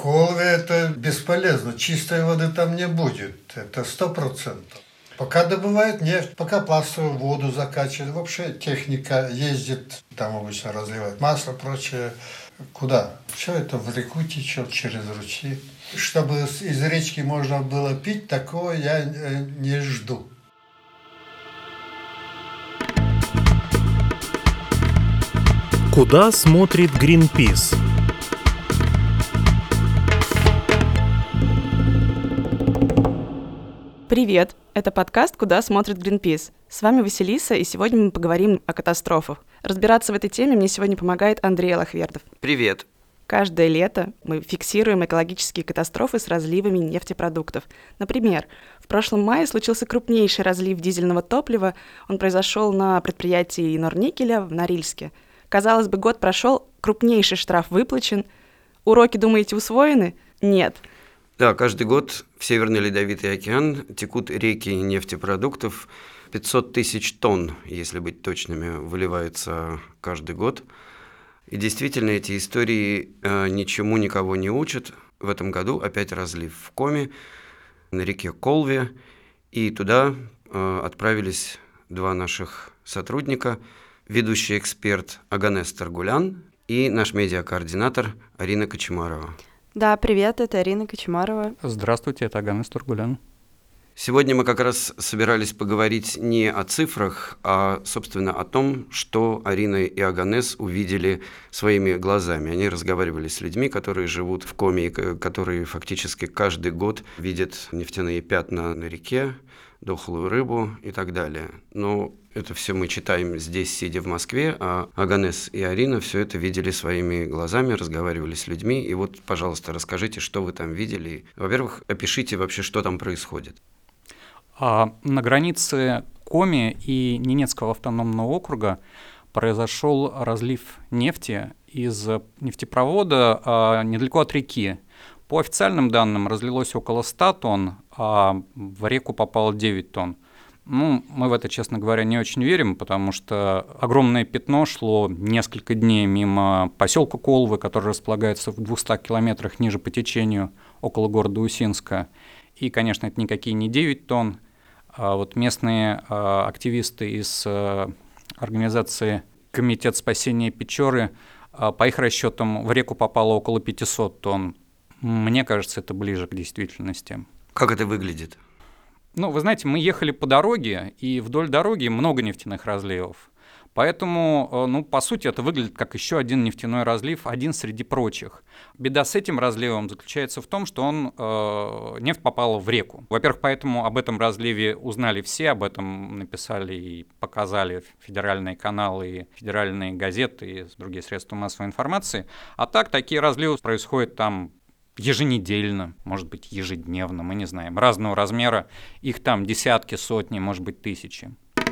Колве это бесполезно. Чистой воды там не будет. Это 100%. Пока добывают нефть, пока пластовую воду закачивают. Вообще техника ездит, там обычно разливают масло, прочее. Куда? Все это в реку течет через ручьи. Чтобы из речки можно было пить, такого я не жду. Куда смотрит Greenpeace? Привет! Это подкаст «Куда смотрит Greenpeace». С вами Василиса, и сегодня мы поговорим о катастрофах. Разбираться в этой теме мне сегодня помогает Андрей Лохвердов. Привет! Каждое лето мы фиксируем экологические катастрофы с разливами нефтепродуктов. Например, в прошлом мае случился крупнейший разлив дизельного топлива. Он произошел на предприятии Норникеля в Норильске. Казалось бы, год прошел, крупнейший штраф выплачен. Уроки, думаете, усвоены? Нет. Да, каждый год в Северный Ледовитый океан текут реки нефтепродуктов. 500 тысяч тонн, если быть точными, выливается каждый год. И действительно, эти истории ничему никого не учат. В этом году опять разлив в Коми, на реке Колве. И туда отправились два наших сотрудника, ведущий эксперт Оганес Таргулян и наш медиакоординатор Арина Кочемарова. Да, привет, это Арина Кочемарова. Здравствуйте, это Оганес Таргулян. Сегодня мы как раз собирались поговорить не о цифрах, а, собственно, о том, что Арина и Оганес увидели своими глазами. Они разговаривали с людьми, которые живут в Коми, которые фактически каждый год видят нефтяные пятна на реке, дохлую рыбу и так далее. Но это все мы читаем здесь, сидя в Москве, а Оганес и Арина все это видели своими глазами, разговаривали с людьми. И вот, пожалуйста, расскажите, что вы там видели. Во-первых, опишите вообще, что там происходит. На границе Коми и Ненецкого автономного округа произошел разлив нефти из нефтепровода недалеко от реки. По официальным данным разлилось около 100 тонн, а в реку попало 9 тонн. Мы в это, честно говоря, не очень верим, потому что огромное пятно шло несколько дней мимо поселка Колвы, который располагается в 200 километрах ниже по течению, около города Усинска. И, конечно, это никакие не 9 тонн. А вот местные активисты из организации «Комитет спасения Печоры», по их расчетам, в реку попало около 500 тонн. Мне кажется, это ближе к действительности. Как это выглядит? Вы знаете, мы ехали по дороге, и вдоль дороги много нефтяных разливов. Поэтому, по сути, это выглядит как еще один нефтяной разлив, один среди прочих. Беда с этим разливом заключается в том, что нефть попала в реку. Во-первых, поэтому об этом разливе узнали все, об этом написали и показали федеральные каналы, и федеральные газеты и другие средства массовой информации. А так, такие разливы происходят там еженедельно, может быть, ежедневно, мы не знаем, разного размера. Их там десятки, сотни, может быть, тысячи.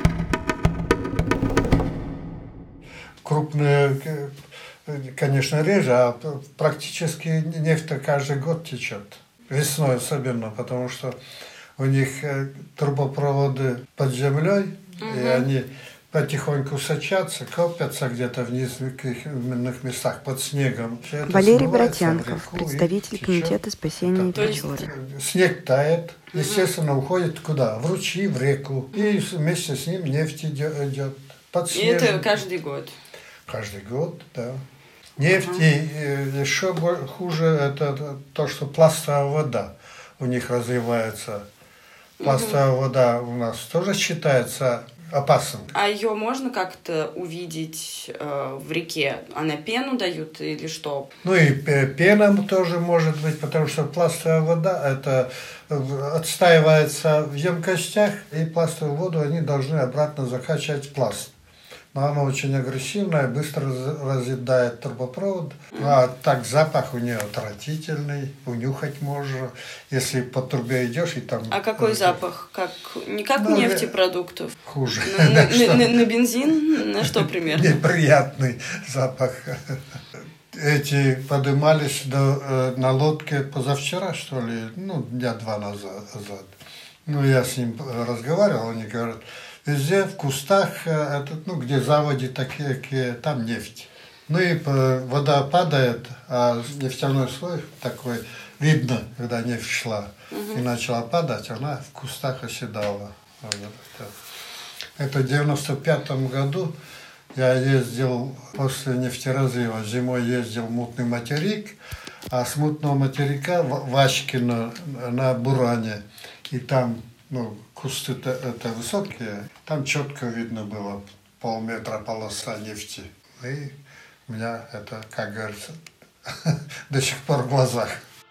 Крупные, конечно, реже, а практически нефть каждый год течет. Весной особенно, потому что у них трубопроводы под землей, и они потихоньку сочатся, копятся где-то в низменных местах под снегом. Валерий Боротянков, представитель Комитета спасения Печоры. Снег тает, естественно, уходит куда? В ручьи, в реку. И вместе с ним нефть идет под снегом. И это каждый год? Каждый год, да. Нефть и еще хуже это то, что пластовая вода у них разливается. Пластовая вода у нас тоже считается опасным. А ее можно как-то увидеть в реке? Она пену дают или что? И пена тоже может быть, потому что пластовая вода это отстаивается в емкостях, и пластовую воду они должны обратно закачивать в пласт. Но она очень агрессивная, быстро разъедает трубопровод. А так запах у нее отвратительный, унюхать можно. Если по трубе идешь и там... А какой запах? Не как у нефтепродуктов? Хуже. На бензин? На что примерно? Неприятный запах. Эти поднимались на лодке позавчера, что ли, дня 2 назад. Я с ним разговаривал, они говорят... Везде в кустах, где заводи такие, там нефть. Ну и вода падает, а нефтяной слой такой видно, когда нефть шла и начала падать, она в кустах оседала. Это в 95 году я ездил после нефтеразрыва, зимой ездил в Мутный материк, а с Мутного материка в Ашкино на Буране. И там кусты это высокие, там четко видно было полметра полоса нефти. И у меня это, как говорится, до сих пор в глазах.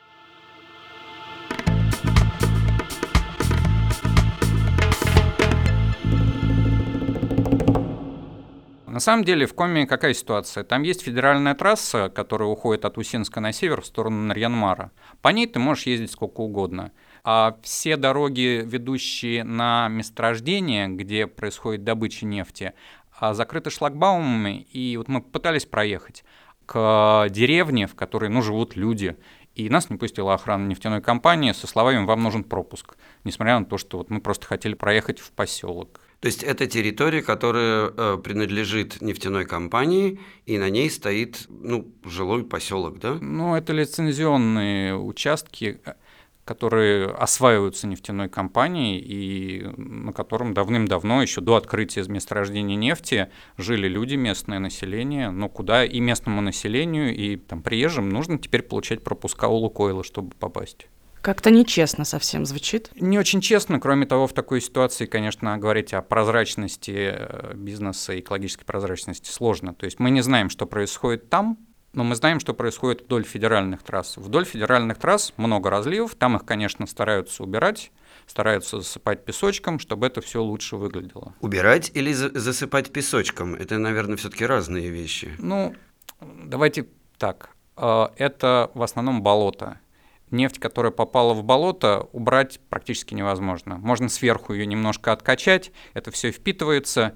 На самом деле в Коми какая ситуация? Там есть федеральная трасса, которая уходит от Усинска на север в сторону Нарьян-Мара. По ней ты можешь ездить сколько угодно. А все дороги, ведущие на месторождение, где происходит добыча нефти, закрыты шлагбаумами. И вот мы пытались проехать к деревне, в которой живут люди. И нас не пустила охрана нефтяной компании со словами «вам нужен пропуск», несмотря на то, что мы просто хотели проехать в поселок. То есть это территория, которая принадлежит нефтяной компании, и на ней стоит жилой поселок, да? Это лицензионные участки, которые осваиваются нефтяной компанией, и на котором давным-давно, еще до открытия месторождения нефти, жили люди, местное население, куда и местному населению, и приезжим нужно теперь получать пропуска у Лукойла, чтобы попасть. Как-то нечестно совсем звучит. Не очень честно. Кроме того, в такой ситуации, конечно, говорить о прозрачности бизнеса, экологической прозрачности сложно. То есть мы не знаем, что происходит там, но мы знаем, что происходит вдоль федеральных трасс. Вдоль федеральных трасс много разливов, там их, конечно, стараются убирать, стараются засыпать песочком, чтобы это все лучше выглядело. Убирать или засыпать песочком? Это, наверное, все-таки разные вещи. Давайте так. Это в основном болото. Нефть, которая попала в болото, убрать практически невозможно. Можно сверху ее немножко откачать, это все впитывается,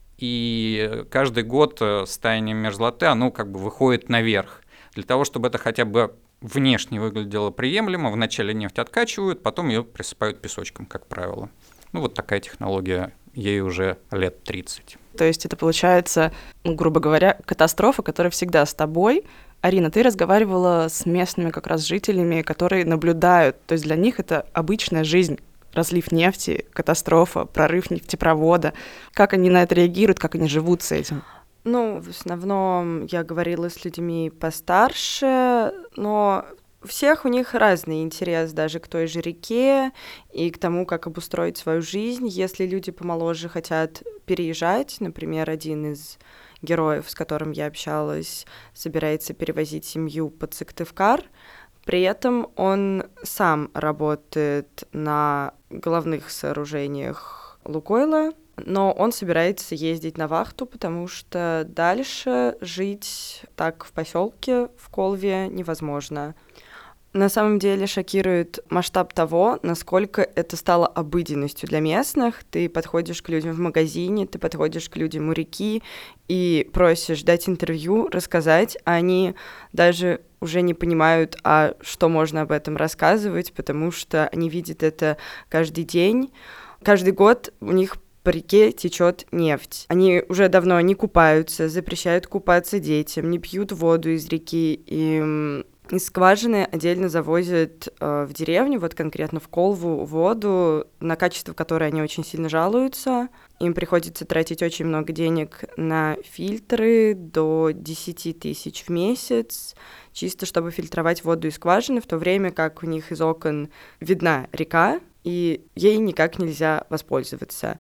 и каждый год с таянием мерзлоты оно выходит наверх. Для того, чтобы это хотя бы внешне выглядело приемлемо, вначале нефть откачивают, потом ее присыпают песочком, как правило. Вот такая технология, ей уже лет 30. То есть это получается, грубо говоря, катастрофа, которая всегда с тобой. Арина, ты разговаривала с местными как раз жителями, которые наблюдают, то есть для них это обычная жизнь, разлив нефти, катастрофа, прорыв нефтепровода. Как они на это реагируют, как они живут с этим? В основном я говорила с людьми постарше, но у всех у них разный интерес даже к той же реке и к тому, как обустроить свою жизнь. Если люди помоложе хотят переезжать, например, один из героев, с которым я общалась, собирается перевозить семью под Сыктывкар. При этом он сам работает на головных сооружениях Лукойла, но он собирается ездить на вахту, потому что дальше жить так в поселке, в Колве, невозможно. На самом деле шокирует масштаб того, насколько это стало обыденностью для местных. Ты подходишь к людям в магазине, ты подходишь к людям у реки и просишь дать интервью, рассказать, а они даже уже не понимают, что можно об этом рассказывать, потому что они видят это каждый день. Каждый год у них по реке течет нефть. Они уже давно не купаются, запрещают купаться детям, не пьют воду из реки, и из скважины отдельно завозят в деревню, конкретно в Колву, воду, на качество которой они очень сильно жалуются. Им приходится тратить очень много денег на фильтры, до 10 тысяч в месяц, чисто чтобы фильтровать воду из скважины, в то время как у них из окон видна река, и ей никак нельзя воспользоваться.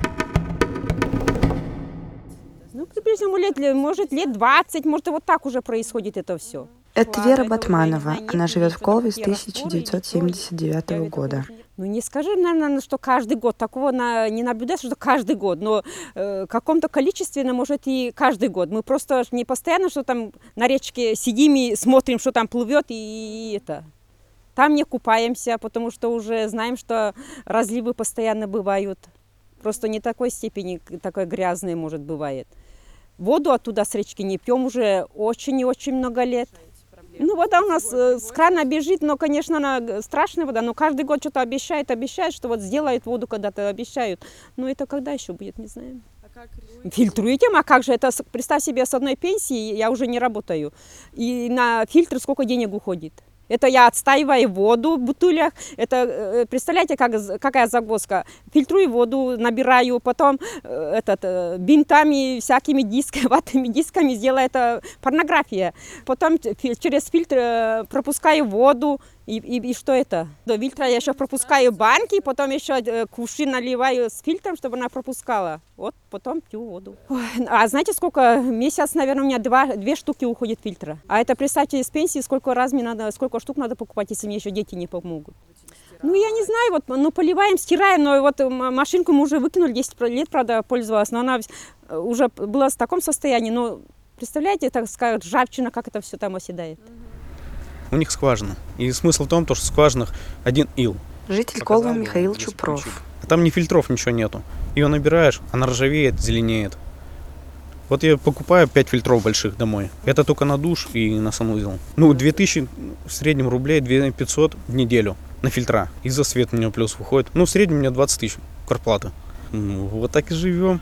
Приблизительно, может, лет 20, может, вот так уже происходит это все. Это Вера Батманова. Она живет в Колве с 1979 года. Не скажи, наверное, что каждый год. Такого не наблюдается, что каждый год. Но в каком-то количестве, может, и каждый год. Мы просто не постоянно, что там на речке сидим и смотрим, что там плывет, и это. Там не купаемся, потому что уже знаем, что разливы постоянно бывают. Просто не такой степени, такой грязной, может, бывает. Воду оттуда с речки не пьем уже очень и очень много лет. Вода у нас с крана бежит, но, конечно, она страшная вода, но каждый год что-то обещают, что сделают воду когда-то, обещают. Но это когда еще будет, не знаем. Фильтруете, а как же это? Представь себе, с одной пенсии я уже не работаю. И на фильтр сколько денег уходит? Это я отстаиваю воду в бутылях. Это, представляете, какая загвоздка? Фильтрую воду, набираю, потом бинтами, всякими дисками, ватными дисками сделаю это порнография. Потом через фильтр пропускаю воду. И что это? До фильтра я еще пропускаю банки, потом еще кувшин наливаю с фильтром, чтобы она пропускала. Вот, потом пью воду. Ой, а знаете, сколько? Месяц, наверное, у меня 2 штуки уходит фильтра. А это, представьте, из пенсии, сколько штук надо покупать, если мне еще дети не помогут. Ну, я не знаю, поливаем, стираем, но вот машинку мы уже выкинули, 10 лет, правда, пользовалась, но она уже была в таком состоянии, но представляете, так сказать, ржавчина, как это все там оседает. У них скважина. И смысл в том, что в скважинах один ил. Житель Колва Михаил Чупров. А там ни фильтров, ничего нету. Ее набираешь, она ржавеет, зеленеет. Вот я покупаю 5 фильтров больших домой. Это только на душ и на санузел. 2000 в среднем рублей, 2500 в неделю на фильтра. И за свет у меня плюс выходит. В среднем у меня 20 тысяч квартплата. Вот так и живем.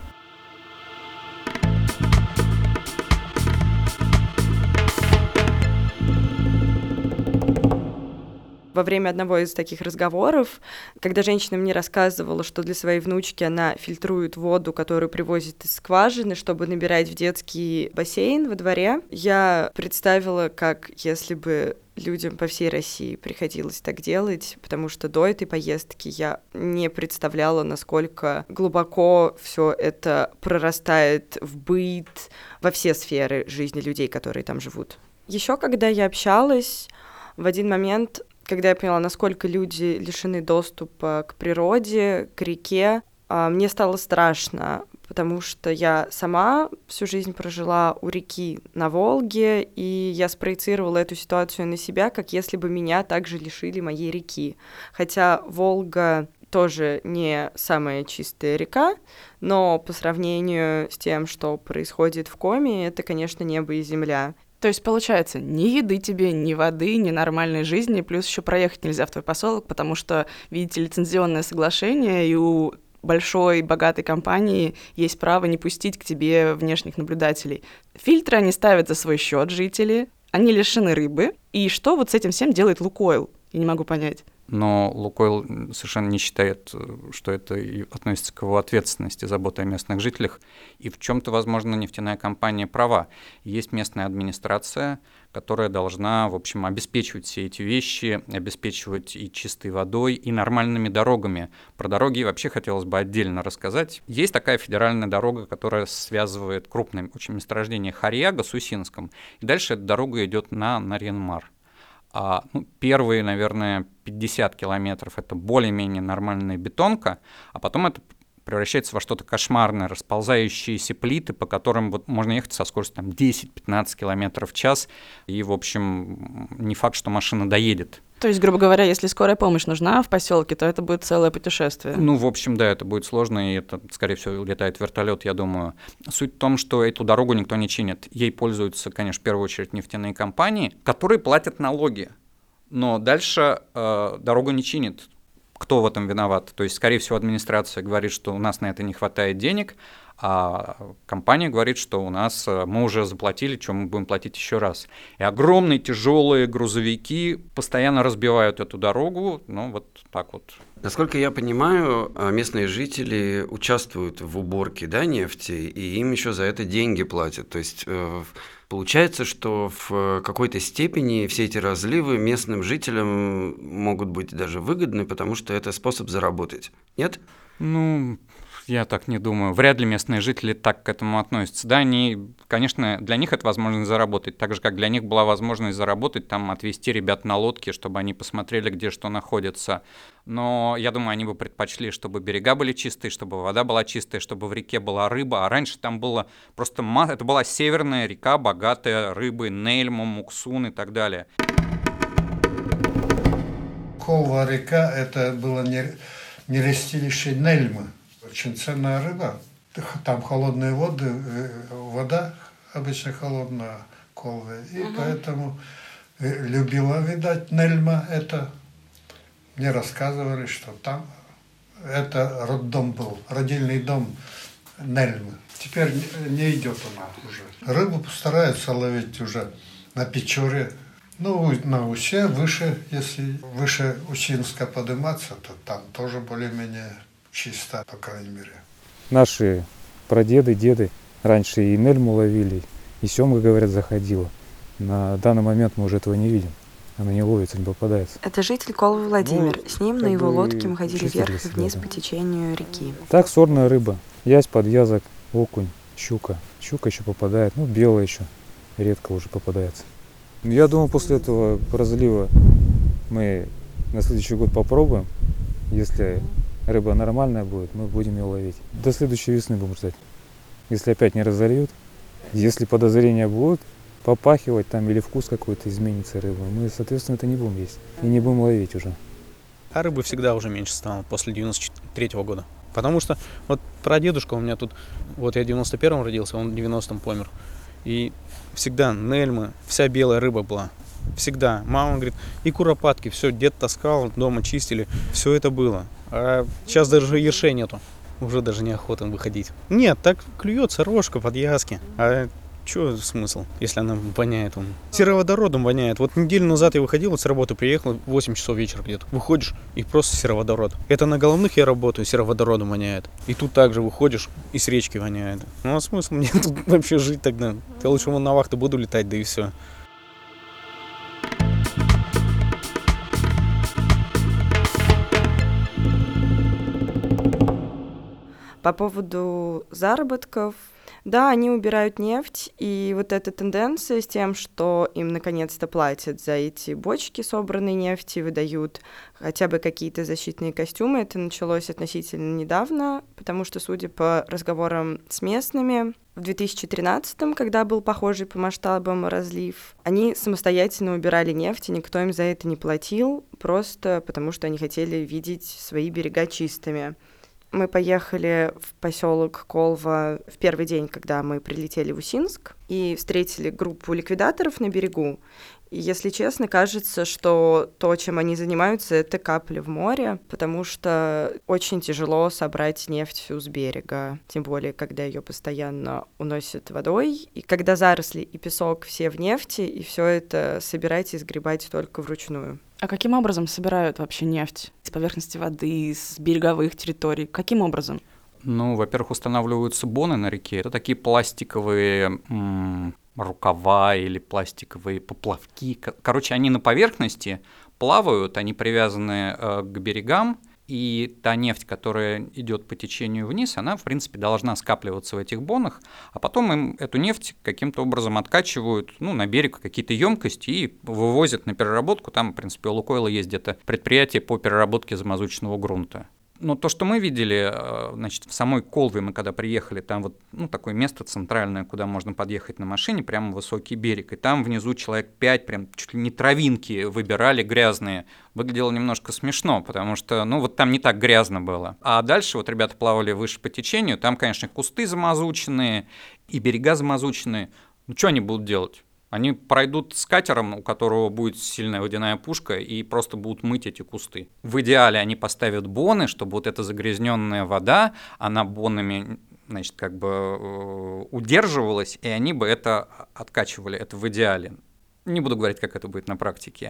Во время одного из таких разговоров, когда женщина мне рассказывала, что для своей внучки она фильтрует воду, которую привозит из скважины, чтобы набирать в детский бассейн во дворе, я представила, как если бы людям по всей России приходилось так делать, потому что до этой поездки я не представляла, насколько глубоко все это прорастает в быт, во все сферы жизни людей, которые там живут. Еще когда я общалась, в один момент, когда я поняла, насколько люди лишены доступа к природе, к реке, мне стало страшно, потому что я сама всю жизнь прожила у реки на Волге, и я спроецировала эту ситуацию на себя, как если бы меня также лишили моей реки. Хотя Волга тоже не самая чистая река, но по сравнению с тем, что происходит в Коми, это, конечно, небо и земля. То есть, получается, ни еды тебе, ни воды, ни нормальной жизни, плюс еще проехать нельзя в твой поселок, потому что, видите, лицензионное соглашение, и у большой, богатой компании есть право не пустить к тебе внешних наблюдателей. Фильтры они ставят за свой счет, жители, они лишены рыбы. И что вот с этим всем делает Лукойл? Я не могу понять. Но Лукойл совершенно не считает, что это и относится к его ответственности, заботе о местных жителях. И в чем-то, возможно, нефтяная компания права. Есть местная администрация, которая должна, в общем, обеспечивать все эти вещи, обеспечивать и чистой водой, и нормальными дорогами. Про дороги вообще хотелось бы отдельно рассказать. Есть такая федеральная дорога, которая связывает крупное очень месторождение Харьяга с Усинском. И дальше эта дорога идет на Нарьян-Мар. Первые, наверное, 50 километров — это более-менее нормальная бетонка, а потом это превращается во что-то кошмарное, расползающиеся плиты, по которым можно ехать со скоростью 10-15 километров в час, и, в общем, не факт, что машина доедет. То есть, грубо говоря, если скорая помощь нужна в поселке, то это будет целое путешествие. В общем, да, это будет сложно, и это, скорее всего, летает вертолет, я думаю. Суть в том, что эту дорогу никто не чинит. Ей пользуются, конечно, в первую очередь нефтяные компании, которые платят налоги. Но дальше дорогу не чинит. Кто в этом виноват? То есть, скорее всего, администрация говорит, что у нас на это не хватает денег, а компания говорит, что мы уже заплатили, что мы будем платить еще раз. И огромные тяжелые грузовики постоянно разбивают эту дорогу, вот так вот. Насколько я понимаю, местные жители участвуют в уборке, нефти, и им еще за это деньги платят. То есть получается, что в какой-то степени все эти разливы местным жителям могут быть даже выгодны, потому что это способ заработать. Нет? Я так не думаю. Вряд ли местные жители так к этому относятся. Да, конечно, для них это возможность заработать, так же, как для них была возможность заработать, отвезти ребят на лодке, чтобы они посмотрели, где что находится. Но я думаю, они бы предпочли, чтобы берега были чистые, чтобы вода была чистая, чтобы в реке была рыба. А раньше там было просто это была северная река, богатая рыбой, нельма, муксун и так далее. Колва река — это было нерестилище Нельмы. Очень ценная рыба. Там холодные воды, вода обычно холодная, Колва. И поэтому любила, видать, Нельма это. Мне рассказывали, что там это роддом был, родильный дом Нельмы. Теперь не идет она уже. Рыбу постараются ловить уже на Печоре. Ну, на Усе, выше, если выше Усинска подниматься, то там тоже более-менее чисто, по крайней мере. Наши прадеды, деды раньше и нельму ловили, и семга, говорят, заходила. На данный момент мы уже этого не видим. Она не ловится, не попадается. Это житель Колвы Владимир. С ним на его лодке мы ходили чистили вверх и себя, вниз да. по течению реки. Так, сорная рыба. Ясь, подвязок, окунь, щука. Щука еще попадает, ну, белая еще редко уже попадается. Я думаю, после этого разлива мы на следующий год попробуем. Если рыба нормальная будет, мы будем ее ловить. До следующей весны будем ждать. Если опять не разольют, если подозрения будут попахивать там или вкус какой-то изменится рыбы, мы, соответственно, это не будем есть и не будем ловить уже. А рыбы всегда уже меньше стало после 93-го года. Потому что вот прадедушка у меня тут, вот я в 91-м родился, он в 90-м помер. И всегда нельмы, вся белая рыба была. Всегда. Мама говорит, и куропатки, все, дед таскал, дома чистили, все это было. А сейчас даже ершей нету. Уже даже неохота выходить. Нет, так клюется рожка, подвязки. А что смысл, если она воняет? Сероводородом воняет. Вот неделю назад я выходил, вот с работы приехал, 8 часов вечера где-то. Выходишь, и просто сероводород. Это на головных я работаю, сероводородом воняет. И тут также выходишь, и с речки воняет. Ну а смысл мне тут вообще жить тогда? Я лучше вон на вахту буду летать, да и все. По поводу заработков, да, они убирают нефть, и вот эта тенденция с тем, что им наконец-то платят за эти бочки собранной нефти, выдают хотя бы какие-то защитные костюмы, это началось относительно недавно, потому что, судя по разговорам с местными, в 2013-м, когда был похожий по масштабам разлив, они самостоятельно убирали нефть, и никто им за это не платил, просто потому что они хотели видеть свои берега чистыми. Мы поехали в поселок Колва в первый день, когда мы прилетели в Усинск, и встретили группу ликвидаторов на берегу. И, если честно, кажется, что то, чем они занимаются, это капля в море, потому что очень тяжело собрать нефть всю с берега, тем более, когда ее постоянно уносят водой, и когда заросли и песок все в нефти, и все это собирать и сгребать только вручную. А каким образом собирают вообще нефть? С поверхности воды, с береговых территорий? Каким образом? Ну, во-первых, устанавливаются боны на реке. Это такие пластиковые рукава или пластиковые поплавки. Короче, они на поверхности плавают, они привязаны к берегам, и та нефть, которая идет по течению вниз, она, в принципе, должна скапливаться в этих бонах, а потом им эту нефть каким-то образом откачивают, ну, на берег какие-то емкости и вывозят на переработку. Там, в принципе, у Лукойла есть где-то предприятие по переработке замазученного грунта. Но то, что мы видели, значит, в самой Колве, мы когда приехали, там вот, ну, такое место центральное, куда можно подъехать на машине, прямо высокий берег, и там внизу человек 5, прям чуть ли не травинки выбирали грязные. Выглядело немножко смешно, потому что, ну, вот там не так грязно было. А дальше вот ребята плавали выше по течению, там, конечно, кусты замазученные и берега замазученные. Ну, что они будут делать? Они пройдут с катером, у которого будет сильная водяная пушка, и просто будут мыть эти кусты. В идеале они поставят боны, чтобы вот эта загрязненная вода, она бонами, значит, как бы удерживалась, и они бы это откачивали. Это в идеале. Не буду говорить, как это будет на практике.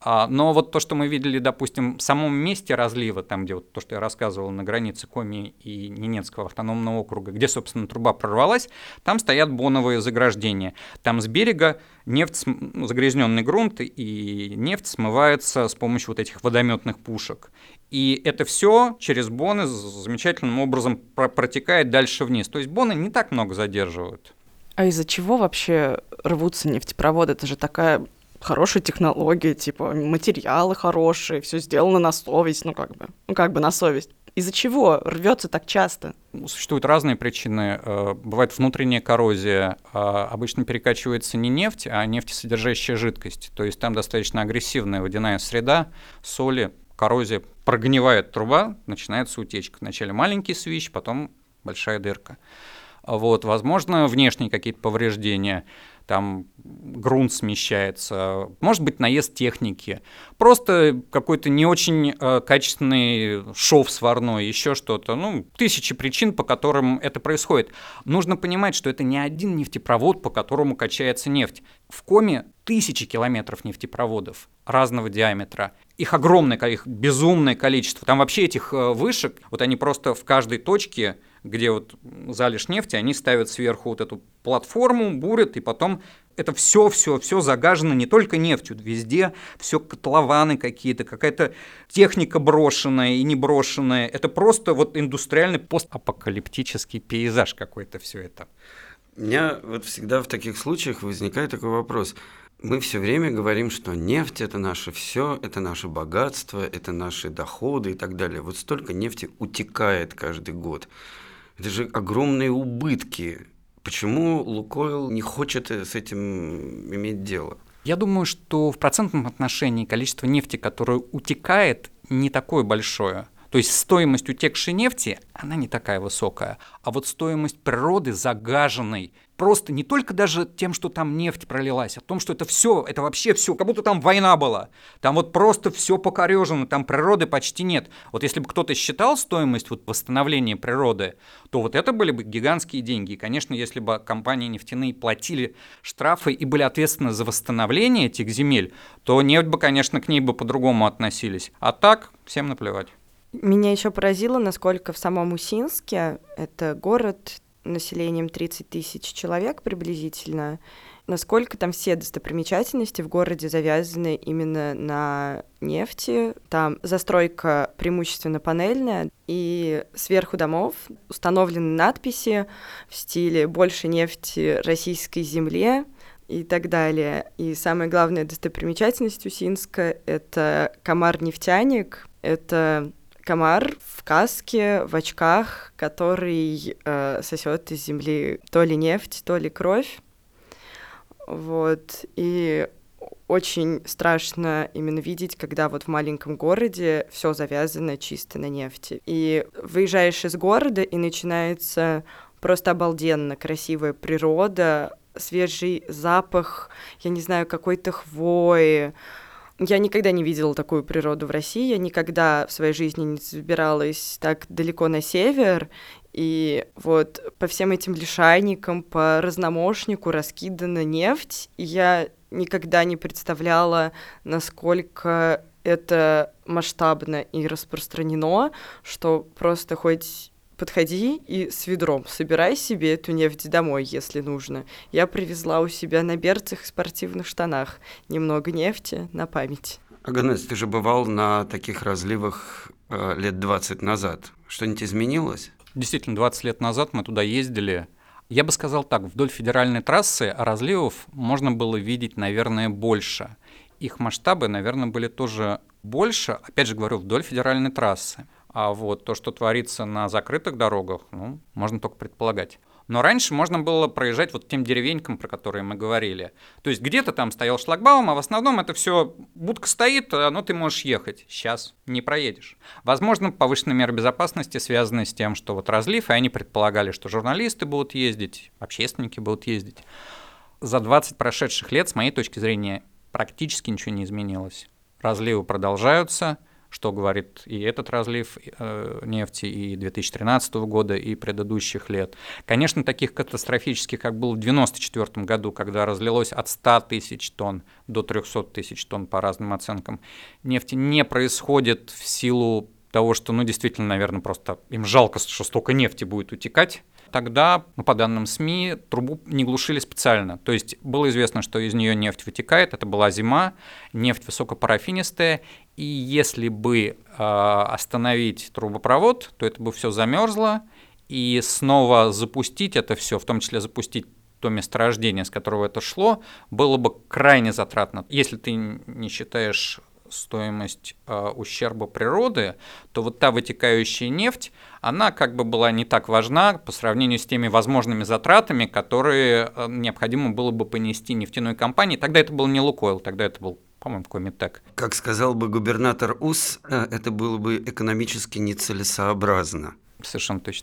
Но вот то, что мы видели, допустим, в самом месте разлива, там, где вот то, что я рассказывал, на границе Коми и Ненецкого автономного округа, где, собственно, труба прорвалась, там стоят боновые заграждения. Там с берега нефть, загрязненный грунт и нефть смывается с помощью вот этих водометных пушек. И это все через боны замечательным образом протекает дальше вниз. То есть боны не так много задерживают. А из-за чего вообще рвутся нефтепроводы? Это же такая хорошая технология, типа материалы хорошие, все сделано на совесть, ну как бы на совесть. Из-за чего рвется так часто? Существуют разные причины. Бывает внутренняя коррозия. Обычно перекачивается не нефть, а нефтесодержащая жидкость. То есть там достаточно агрессивная водяная среда, соли, коррозия. Прогнивает труба, начинается утечка. Вначале маленький свищ, потом большая дырка. Вот, возможно, внешние какие-то повреждения. там грунт смещается, может быть наезд техники, просто какой-то не очень качественный шов сварной, еще что-то. Ну, тысячи причин, по которым это происходит. Нужно понимать, что это не один нефтепровод, по которому качается нефть. В Коми тысячи километров нефтепроводов разного диаметра. Их огромное, их безумное количество. Там вообще этих вышек, вот они просто в каждой точке, где вот залежь нефти, они ставят сверху вот эту платформу, бурят, и потом это все загажено не только нефтью, везде все котлованы какие-то, какая-то техника брошенная и не брошенная. Это просто вот индустриальный постапокалиптический пейзаж какой-то все это. У меня вот всегда в таких случаях возникает такой вопрос. Мы все время говорим, что нефть – это наше все, это наше богатство, это наши доходы и так далее. Вот столько нефти утекает каждый год. Это же огромные убытки. Почему «Лукойл» не хочет с этим иметь дело? Я думаю, что в процентном отношении количество нефти, которое утекает, не такое большое. То есть стоимость утекшей нефти, она не такая высокая. А вот стоимость природы загаженной, просто не только даже тем, что там нефть пролилась, а том, что это все, это вообще все, как будто там война была. Там вот просто все покорежено, там природы почти нет. Вот если бы кто-то считал стоимость вот восстановления природы, то вот это были бы гигантские деньги. И, конечно, если бы компании нефтяные платили штрафы и были ответственны за восстановление этих земель, то нефть бы, конечно, к ней бы по-другому относились. А так всем наплевать. Меня еще поразило, насколько в самом Усинске, это город населением 30 тысяч человек приблизительно, насколько там все достопримечательности в городе завязаны именно на нефти. Там застройка преимущественно панельная, и сверху домов установлены надписи в стиле «Больше нефти российской земле» и так далее. И самая главная достопримечательность Усинска — это комар-нефтяник, это комар в каске, в очках, который сосет из земли то ли нефть, то ли кровь. Вот. И очень страшно именно видеть, когда вот в маленьком городе все завязано чисто на нефти. И выезжаешь из города, и начинается просто обалденно красивая природа, свежий запах, я не знаю, какой-то хвои. Я никогда не видела такую природу в России, я никогда в своей жизни не забиралась так далеко на север, и вот по всем этим лишайникам, по разномошнику раскидана нефть, и я никогда не представляла, насколько это масштабно и распространено, что просто хоть подходи и с ведром собирай себе эту нефть домой, если нужно. Я привезла у себя на берцах и спортивных штанах немного нефти на память. Оганес, ты же бывал на таких разливах лет 20 назад. Что-нибудь изменилось? Действительно, 20 лет назад мы туда ездили. Я бы сказал так, вдоль федеральной трассы разливов можно было видеть, наверное, больше. Их масштабы, наверное, были тоже больше, опять же говорю, вдоль федеральной трассы. А вот то, что творится на закрытых дорогах, ну, можно только предполагать. Но раньше можно было проезжать вот тем деревенькам, про которые мы говорили. То есть где-то там стоял шлагбаум, а в основном это все будка стоит, но ты можешь ехать. Сейчас не проедешь. Возможно, повышенные меры безопасности связаны с тем, что вот разлив, и они предполагали, что журналисты будут ездить, общественники будут ездить. За 20 прошедших лет, с моей точки зрения, практически ничего не изменилось. Разливы продолжаются, что говорит и этот разлив нефти и 2013 года, и предыдущих лет. Конечно, таких катастрофических, как было в 1994 году, когда разлилось от 100 тысяч тонн до 300 тысяч тонн по разным оценкам, нефти не происходит в силу того, что, ну, действительно, наверное, просто им жалко, что столько нефти будет утекать. Тогда, по данным СМИ, трубу не глушили специально. То есть было известно, что из нее нефть вытекает, это была зима, нефть высокопарафинистая, и если бы остановить трубопровод, то это бы все замерзло, и снова запустить это все, в том числе запустить то месторождение, с которого это шло, было бы крайне затратно. Если ты не считаешь стоимость ущерба природы, то вот та вытекающая нефть, она как бы была не так важна по сравнению с теми возможными затратами, которые необходимо было бы понести нефтяной компании. Тогда это был не «Лукойл», тогда это был, по-моему, Комитек. Как сказал бы губернатор УС, это было бы экономически нецелесообразно. Совершенно точно.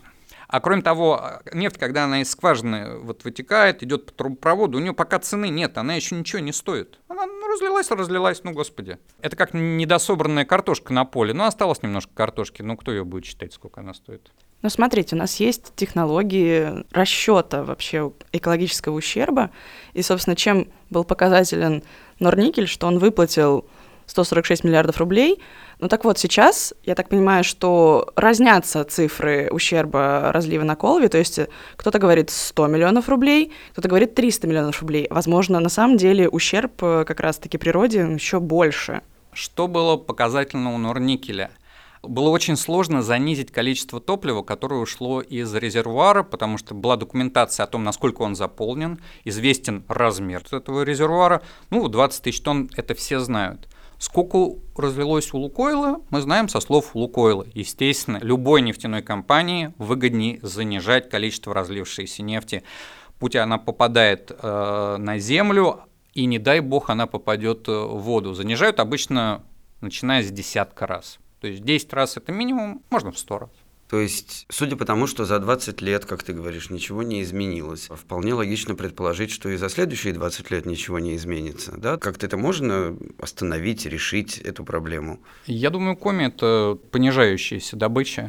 А кроме того, нефть, когда она из скважины вот вытекает, идет по трубопроводу, у нее пока цены нет, она еще ничего не стоит. Она разлилась, ну господи. Это как недособранная картошка на поле. Ну, осталось немножко картошки, ну кто ее будет считать, сколько она стоит? Ну, смотрите, у нас есть технологии расчета вообще экологического ущерба. И, собственно, чем был показателен Норникель, что он выплатил 146 миллиардов рублей. Ну так вот, сейчас, я так понимаю, что разнятся цифры ущерба разлива на Колове, то есть кто-то говорит 100 миллионов рублей, кто-то говорит 300 миллионов рублей. Возможно, на самом деле ущерб как раз-таки природе еще больше. Что было показательно у Норникеля? Было очень сложно занизить количество топлива, которое ушло из резервуара, потому что была документация о том, насколько он заполнен, известен размер этого резервуара. 20 тысяч тонн, это все знают. Сколько разлилось у «Лукойла», мы знаем со слов «Лукойла». Естественно, любой нефтяной компании выгоднее занижать количество разлившейся нефти. Пусть она попадает на землю, и не дай бог она попадет в воду. Занижают обычно, начиная с десятка раз. То есть 10 раз это минимум, можно в 100 раз. То есть, судя по тому, что за 20 лет, как ты говоришь, ничего не изменилось, вполне логично предположить, что и за следующие 20 лет ничего не изменится, да? Как-то это можно остановить, решить эту проблему? Я думаю, Коми – это понижающаяся добыча,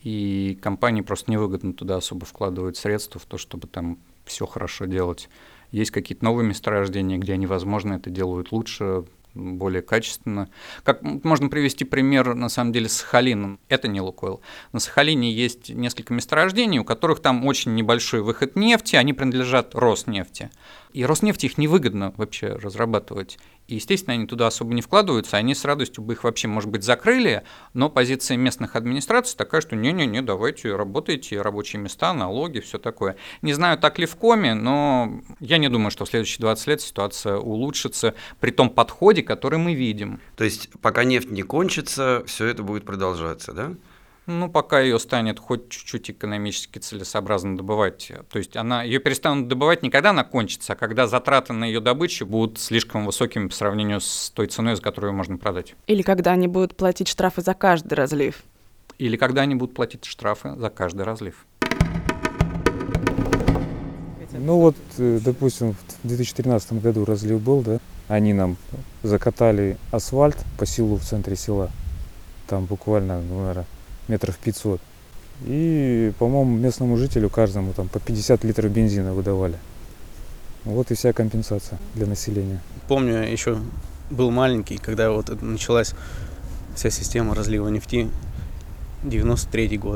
и компании просто невыгодно туда особо вкладывать средства в то, чтобы там все хорошо делать. Есть какие-то новые месторождения, где они, возможно, это делают лучше, более качественно. Как можно привести пример, на самом деле, с Сахалином. Это не «Лукойл». На Сахалине есть несколько месторождений, у которых там очень небольшой выход нефти, они принадлежат Роснефти. И Роснефти их невыгодно вообще разрабатывать. И, естественно, они туда особо не вкладываются, они с радостью бы их вообще, может быть, закрыли, но позиция местных администраций такая, что не-не-не, давайте работайте, рабочие места, налоги, все такое. Не знаю, так ли в Коми, но я не думаю, что в следующие 20 лет ситуация улучшится при том подходе, который мы видим. То есть, пока нефть не кончится, все это будет продолжаться, да? Пока ее станет хоть чуть-чуть экономически целесообразно добывать. То есть ее перестанут добывать не когда она кончится, а когда затраты на ее добычу будут слишком высокими по сравнению с той ценой, за которую ее можно продать. Или когда они будут платить штрафы за каждый разлив. Или когда они будут платить штрафы за каждый разлив. Допустим, в 2013 году разлив был, да? Они нам закатали асфальт по селу в центре села. Там буквально, наверное, метров 500. И, по-моему, местному жителю каждому там по 50 литров бензина выдавали. Вот и вся компенсация для населения. Помню, еще был маленький, когда вот началась вся система разлива нефти, 93-й год.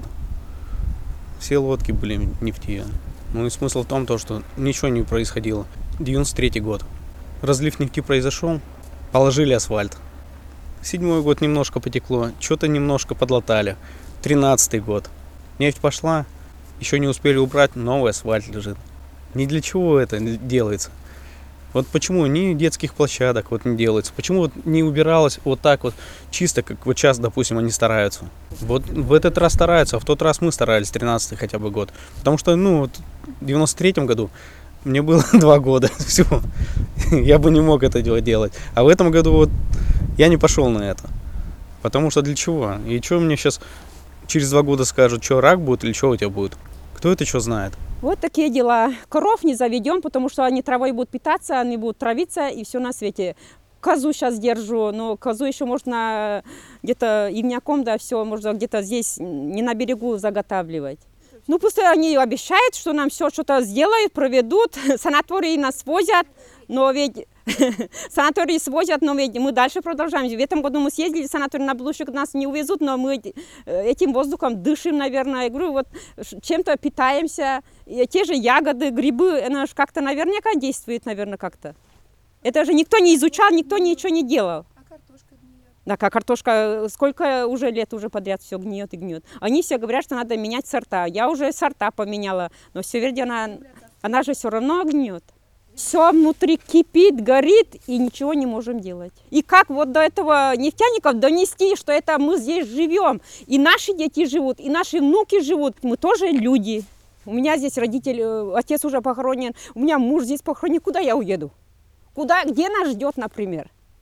Все лодки были нефти. И смысл в том, что ничего не происходило. 93-й год. Разлив нефти произошел, положили асфальт. 7-й год немножко потекло, что-то немножко подлатали. 13-й год. Нефть пошла, еще не успели убрать, новый асфальт лежит. Ни для чего это делается. Вот почему ни детских площадок не делается, почему не убиралось вот так вот чисто, как вот сейчас, допустим, они стараются. Вот в этот раз стараются, а в тот раз мы старались, 13-й хотя бы год. Потому что, в 93-м году мне было 2 года всего. Я бы не мог это делать. А в этом году я не пошел на это. Потому что для чего? И что мне сейчас через 2 года скажут, что рак будет или что у тебя будет? Кто это что знает? Вот такие дела. Коров не заведем, потому что они травой будут питаться, они будут травиться и все на свете. Козу сейчас держу, но козу еще можно где-то ивняком, да, все, можно где-то здесь, не на берегу, заготавливать. Пусть они обещают, что нам все что-то сделают, проведут, санатории нас возят, но ведь санатории свозят, но ведь мы дальше продолжаем. В этом году мы съездили в санаторий, на будущий год нас не увезут, но мы этим воздухом дышим, наверное. Я говорю, чем-то питаемся. И те же ягоды, грибы, она же как-то наверняка действует, наверное, как-то. Это же никто не изучал, никто ничего не делал. А картошка гниет? Да, картошка, сколько уже лет уже подряд все гниет и гниет. Они все говорят, что надо менять сорта. Я уже сорта поменяла, но все вроде она же все равно гниет. Все внутри кипит, горит, и ничего не можем делать. И как до этого нефтяников донести, что это мы здесь живем, и наши дети живут, и наши внуки живут, мы тоже люди. У меня здесь родители, отец уже похоронен, у меня муж здесь похоронен, куда я уеду? Где нас ждет, например?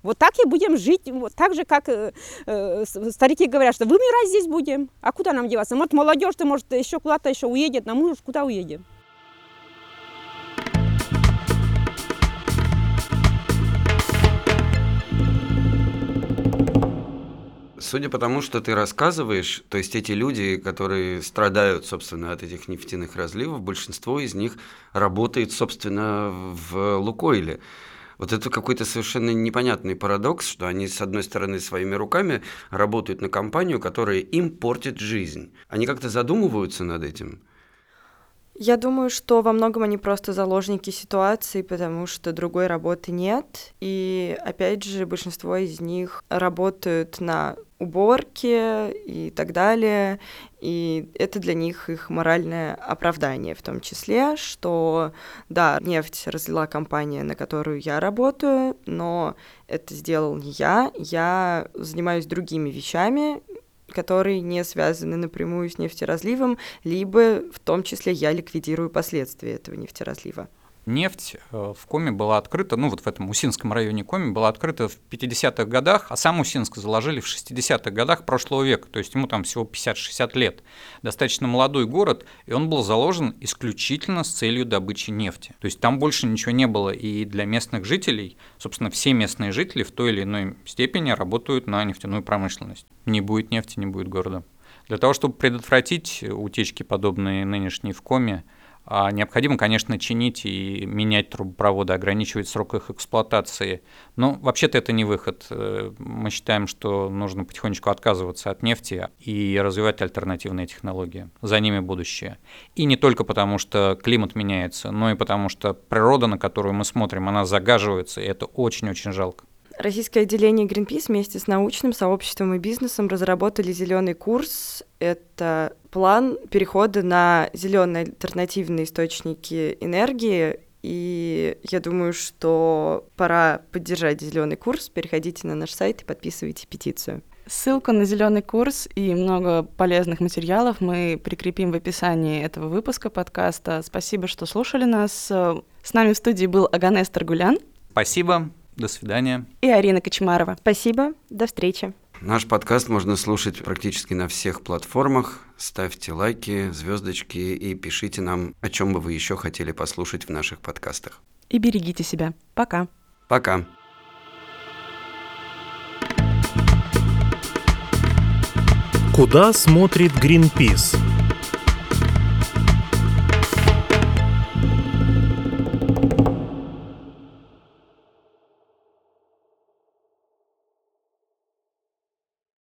Вот так и будем жить, вот так же, как старики говорят, что вымирать здесь будем. А куда нам деваться? Может, молодежь-то, может, еще куда-то еще уедет, но мы уж куда уедем? Судя по тому, что ты рассказываешь, то есть эти люди, которые страдают, собственно, от этих нефтяных разливов, большинство из них работает, собственно, в «Лукойле». Вот это какой-то совершенно непонятный парадокс, что они, с одной стороны, своими руками работают на компанию, которая им портит жизнь. Они как-то задумываются над этим? Я думаю, что во многом они просто заложники ситуации, потому что другой работы нет. И, опять же, большинство из них работают на уборке и так далее. И это для них их моральное оправдание, в том числе, что, да, нефть разлила компания, на которую я работаю, но это сделал не я занимаюсь другими вещами, которые не связаны напрямую с нефтеразливом, либо в том числе я ликвидирую последствия этого нефтеразлива. Нефть в Коми была открыта, ну вот в этом Усинском районе Коми была открыта в 50-х годах, а сам Усинск заложили в 60-х годах прошлого века, то есть ему там всего 50-60 лет. Достаточно молодой город, и он был заложен исключительно с целью добычи нефти. То есть там больше ничего не было, и для местных жителей, собственно, все местные жители в той или иной степени работают на нефтяную промышленность. Не будет нефти, не будет города. Для того, чтобы предотвратить утечки, подобные нынешней в Коми, необходимо, конечно, чинить и менять трубопроводы, ограничивать срок их эксплуатации. Но вообще-то это не выход. Мы считаем, что нужно потихонечку отказываться от нефти и развивать альтернативные технологии. За ними будущее. И не только потому, что климат меняется, но и потому, что природа, на которую мы смотрим, она загаживается, и это очень-очень жалко. Российское отделение Greenpeace вместе с научным сообществом и бизнесом разработали зеленый курс. Это план перехода на зеленые альтернативные источники энергии. И я думаю, что пора поддержать зеленый курс. Переходите на наш сайт и подписывайте петицию. Ссылку на зеленый курс и много полезных материалов мы прикрепим в описании этого выпуска подкаста. Спасибо, что слушали нас. С нами в студии был Оганес Таргулян. Спасибо. До свидания. И Арина Кочмарова. Спасибо. До встречи. Наш подкаст можно слушать практически на всех платформах. Ставьте лайки, звездочки и пишите нам, о чем бы вы еще хотели послушать в наших подкастах. И берегите себя. Пока. Пока. Куда смотрит Greenpeace?